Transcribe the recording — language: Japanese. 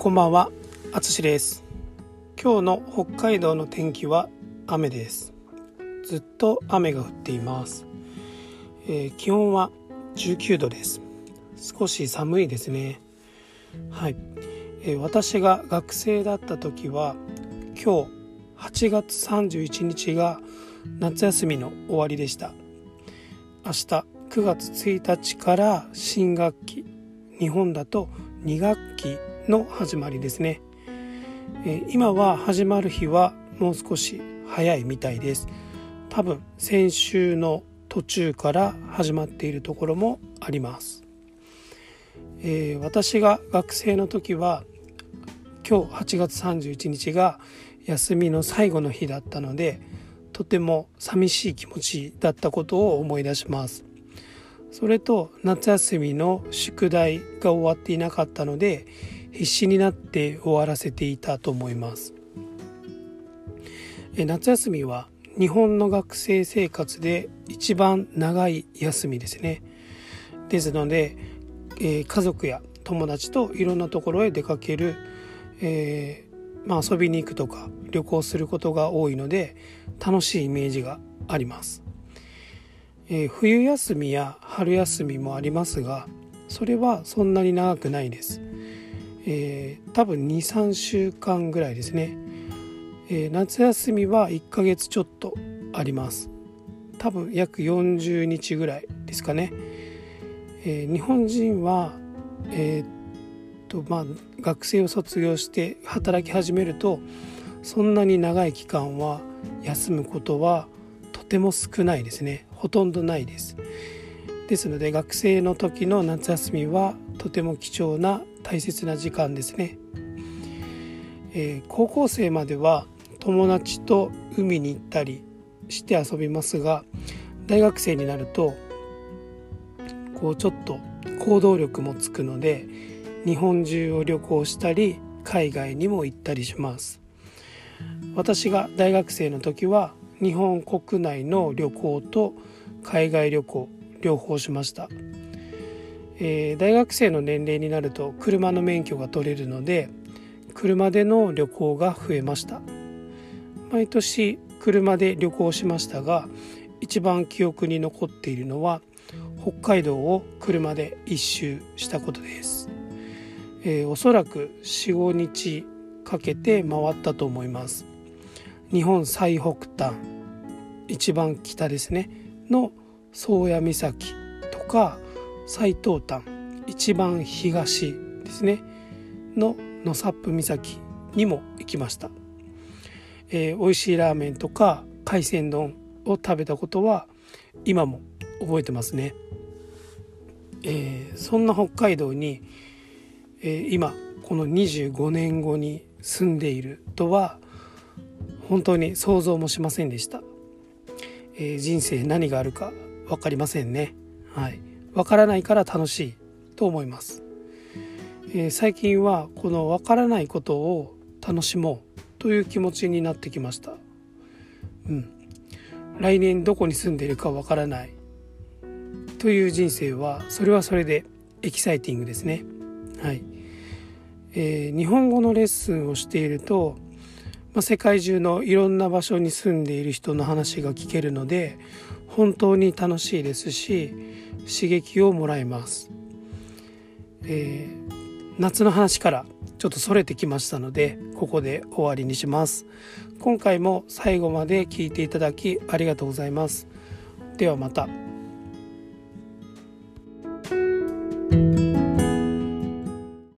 こんばんは、あつしです。今日の北海道の天気は雨です。ずっと雨が降っています。気温は19度です。少し寒いですね。はい。私が学生だった時は今日8月31日が夏休みの終わりでした。明日9月1日から新学期、日本だと2学期の始まりですね。今は始まる日はもう少し早いみたいです。多分先週の途中から始まっているところもあります。私が学生の時は今日8月31日が休みの最後の日だったので、とても寂しい気持ちだったことを思い出します。それと夏休みの宿題が終わっていなかったので必死になって終わらせていたと思います。夏休みは日本の学生生活で一番長い休みですね。ですので、家族や友達といろんなところへ出かける、遊びに行くとか旅行することが多いので楽しいイメージがあります。冬休みや春休みもありますが、それはそんなに長くないです。多分 2,3 週間ぐらいですね。夏休みは1ヶ月ちょっとあります。多分約40日ぐらいですかね。日本人は、学生を卒業して働き始めるとそんなに長い期間は休むことはとても少ないですね。ほとんどないです。ですので学生の時の夏休みはとても貴重な大切な時間ですね。高校生までは友達と海に行ったりして遊びますが、大学生になるとちょっと行動力もつくので日本中を旅行したり海外にも行ったりします。私が大学生の時は日本国内の旅行と海外旅行両方しました。大学生の年齢になると車の免許が取れるので車での旅行が増えました。毎年車で旅行しましたが、一番記憶に残っているのは北海道を車で一周したことです。おそらく 4,5 日かけて回ったと思います。日本最北端、一番北ですねの宗谷岬とか最東端、一番東ですねの納沙布岬にも行きました。美味しいラーメンとか海鮮丼を食べたことは今も覚えてますね。そんな北海道に、今この25年後に住んでいるとは本当に想像もしませんでした。人生何があるか分かりませんね。はい、分からないから楽しいと思います。最近はこの分からないことを楽しもうという気持ちになってきました。来年どこに住んでいるか分からないという人生はそれはそれでエキサイティングですね。はい。日本語のレッスンをしていると、世界中のいろんな場所に住んでいる人の話が聞けるので本当に楽しいですし刺激をもらえます。夏の話からちょっとそれてきましたのでここで終わりにします。今回も最後まで聞いていただきありがとうございます。ではまた。